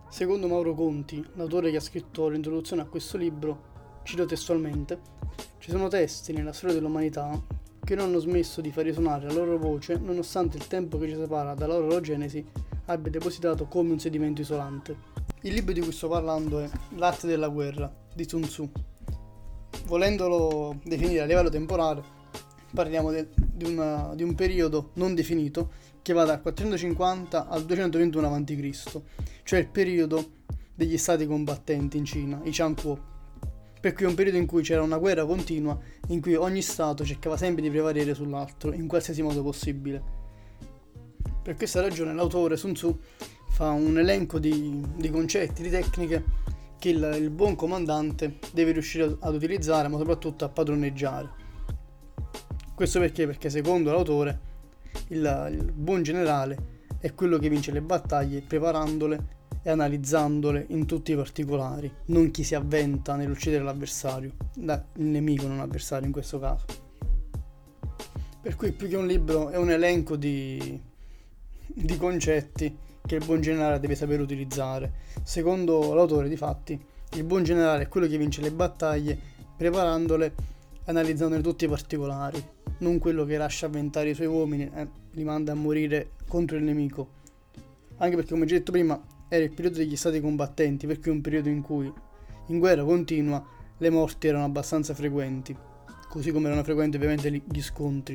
Secondo Mauro Conti, l'autore che ha scritto l'introduzione a questo libro, cito testualmente: ci sono testi nella storia dell'umanità che non hanno smesso di far risuonare la loro voce nonostante il tempo che ci separa dalla loro genesi abbia depositato come un sedimento isolante. Il libro di cui sto parlando è L'arte della guerra di Sun Tzu. Volendolo definire a livello temporale, parliamo di un periodo non definito che va dal 450 al 221 a.C., cioè il periodo degli stati combattenti in Cina, i Changguo, per cui è un periodo in cui c'era una guerra continua, in cui ogni stato cercava sempre di prevalere sull'altro in qualsiasi modo possibile. Per questa ragione l'autore Sun Tzu fa un elenco di concetti, di tecniche che il buon comandante deve riuscire ad utilizzare, ma soprattutto a padroneggiare. Questo perché? Perché secondo l'autore il buon generale è quello che vince le battaglie preparandole e analizzandole in tutti i particolari, non chi si avventa nell'uccidere l'avversario, il nemico, non avversario in questo caso. Per cui più che un libro è un elenco di concetti che il buon generale deve saper utilizzare. Secondo l'autore, difatti, il buon generale è quello che vince le battaglie preparandole e analizzandone tutti i particolari, non quello che lascia avventare i suoi uomini e li manda a morire contro il nemico. Anche perché, come già detto prima, era il periodo degli stati combattenti, per cui un periodo in cui in guerra continua le morti erano abbastanza frequenti, così come erano frequenti ovviamente gli scontri.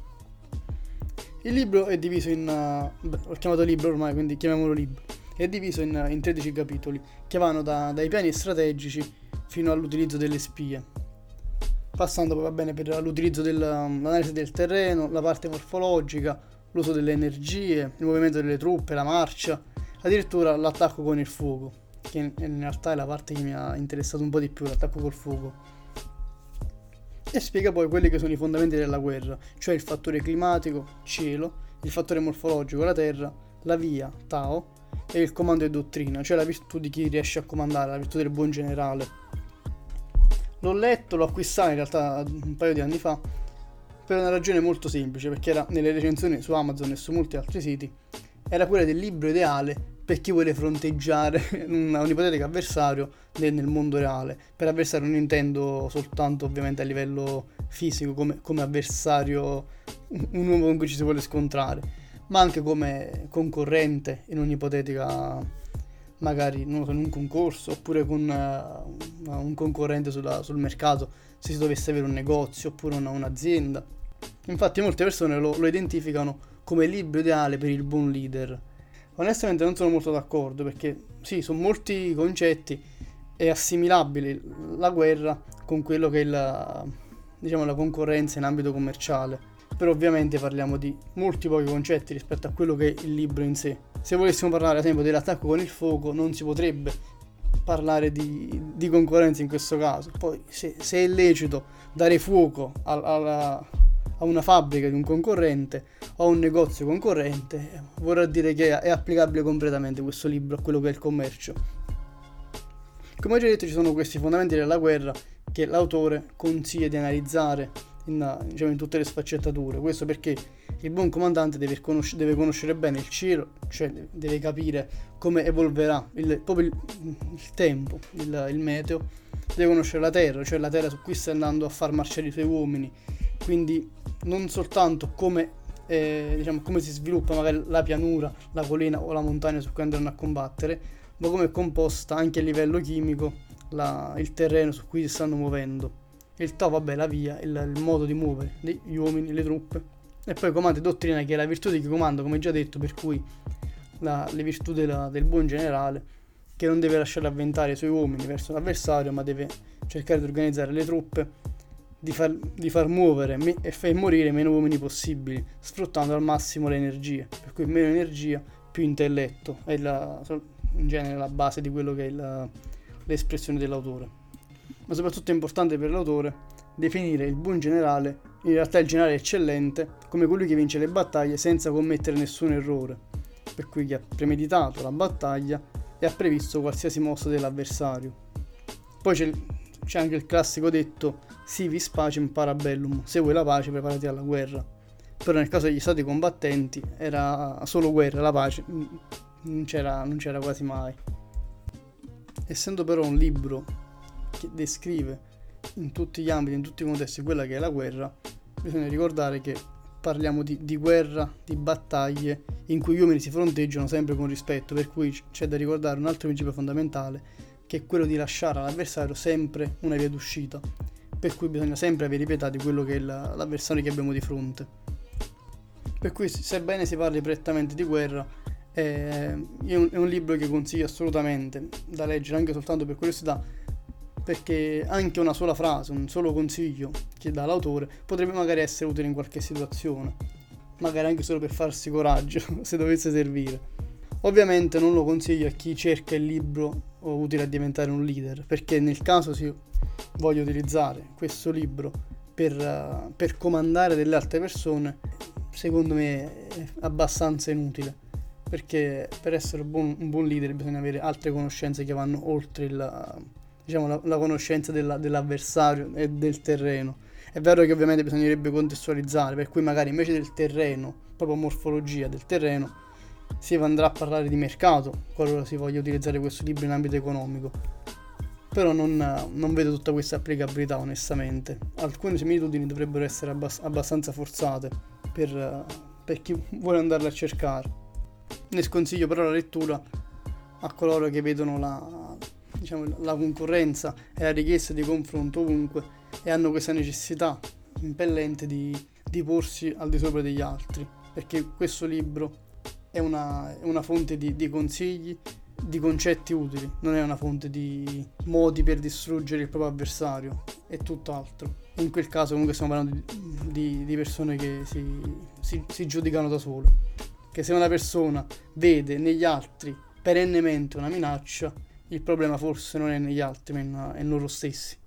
Il libro è diviso l'ho chiamato libro ormai, quindi chiamiamolo libro. È diviso in 13 capitoli che vanno dai piani strategici fino all'utilizzo delle spie, passando poi per l'utilizzo dell'analisi del terreno, la parte morfologica, l'uso delle energie, il movimento delle truppe, la marcia, addirittura l'attacco con il fuoco, che in realtà è la parte che mi ha interessato un po' di più, l'attacco col fuoco. E spiega poi quelli che sono i fondamenti della guerra, cioè il fattore climatico, cielo, il fattore morfologico, la terra, la via, Tao, e il comando e dottrina, cioè la virtù di chi riesce a comandare, la virtù del buon generale. L'ho letto, l'ho acquistato in realtà un paio di anni fa, per una ragione molto semplice, perché era nelle recensioni su Amazon e su molti altri siti, era quella del libro ideale per chi vuole fronteggiare un ipotetico avversario nel mondo reale. Per avversario non intendo soltanto ovviamente a livello fisico come avversario, un uomo con cui ci si vuole scontrare, ma anche come concorrente in un'ipotetica, magari non so, in un concorso, oppure con un concorrente sul mercato, se si dovesse avere un negozio oppure un'azienda. Infatti molte persone lo identificano come il libro ideale per il buon leader. Onestamente non sono molto d'accordo, perché sì, sono molti concetti, è assimilabile la guerra con quello che è la concorrenza in ambito commerciale, però ovviamente parliamo di molti pochi concetti rispetto a quello che è il libro in sé. Se volessimo parlare ad esempio dell'attacco con il fuoco, non si potrebbe parlare di concorrenza in questo caso. Poi se è lecito dare fuoco a una fabbrica di un concorrente o a un negozio concorrente, vorrà dire che è applicabile completamente questo libro a quello che è il commercio. Come ho già detto, ci sono questi fondamenti della guerra che l'autore consiglia di analizzare in tutte le sfaccettature. Questo perché il buon comandante deve conoscere bene il cielo, cioè deve capire come evolverà proprio il tempo, il meteo, deve conoscere la terra, cioè la terra su cui sta andando a far marciare i suoi uomini, quindi non soltanto come si sviluppa magari la pianura, la collina o la montagna su cui andranno a combattere, ma come è composta anche a livello chimico il terreno su cui si stanno muovendo. Il Tao, vabbè, la via, il modo di muovere gli uomini, le truppe, e poi comando e dottrina, che è la virtù di chi comanda, come già detto, per cui le virtù del buon generale, che non deve lasciare avventare i suoi uomini verso l'avversario, ma deve cercare di organizzare le truppe, di far muovere e morire meno uomini possibili, sfruttando al massimo le energie, per cui meno energia, più intelletto, è in genere la base di quello che è l'espressione dell'autore. Ma soprattutto è importante per l'autore definire il buon generale, in realtà il generale eccellente, come colui che vince le battaglie senza commettere nessun errore, per cui chi ha premeditato la battaglia e ha previsto qualsiasi mossa dell'avversario. Poi c'è anche il classico detto si vis pacem para bellum, se vuoi la pace preparati alla guerra, però nel caso degli stati combattenti era solo guerra, la pace non c'era quasi mai. Essendo però un libro che descrive in tutti gli ambiti, in tutti i contesti quella che è la guerra, bisogna ricordare che parliamo di guerra, di battaglie in cui gli uomini si fronteggiano sempre con rispetto, per cui c'è da ricordare un altro principio fondamentale, che è quello di lasciare all'avversario sempre una via d'uscita, per cui bisogna sempre avere pietà di quello che è l'avversario che abbiamo di fronte. Per cui, sebbene si parli prettamente di guerra, è un libro che consiglio assolutamente da leggere anche soltanto per curiosità, perché anche una sola frase, un solo consiglio che dà l'autore potrebbe magari essere utile in qualche situazione, magari anche solo per farsi coraggio se dovesse servire. Ovviamente non lo consiglio a chi cerca il libro utile a diventare un leader, perché nel caso si voglia utilizzare questo libro per comandare delle altre persone, secondo me è abbastanza inutile, perché per essere un buon leader bisogna avere altre conoscenze che vanno oltre la conoscenza dell'avversario e del terreno. È vero che ovviamente bisognerebbe contestualizzare, per cui magari invece del terreno, proprio morfologia del terreno, si andrà a parlare di mercato, qualora si voglia utilizzare questo libro in ambito economico. Però non vedo tutta questa applicabilità, onestamente. Alcune similitudini dovrebbero essere abbastanza forzate per chi vuole andarle a cercare. Ne sconsiglio però la lettura a coloro che vedono la concorrenza e la richiesta di confronto ovunque e hanno questa necessità impellente di porsi al di sopra degli altri, perché questo libro è una fonte di consigli, di concetti utili, non è una fonte di modi per distruggere il proprio avversario, è tutt'altro. In quel caso comunque stiamo parlando di persone che si giudicano da sole, che se una persona vede negli altri perennemente una minaccia, il problema forse non è negli altri ma è in loro stessi.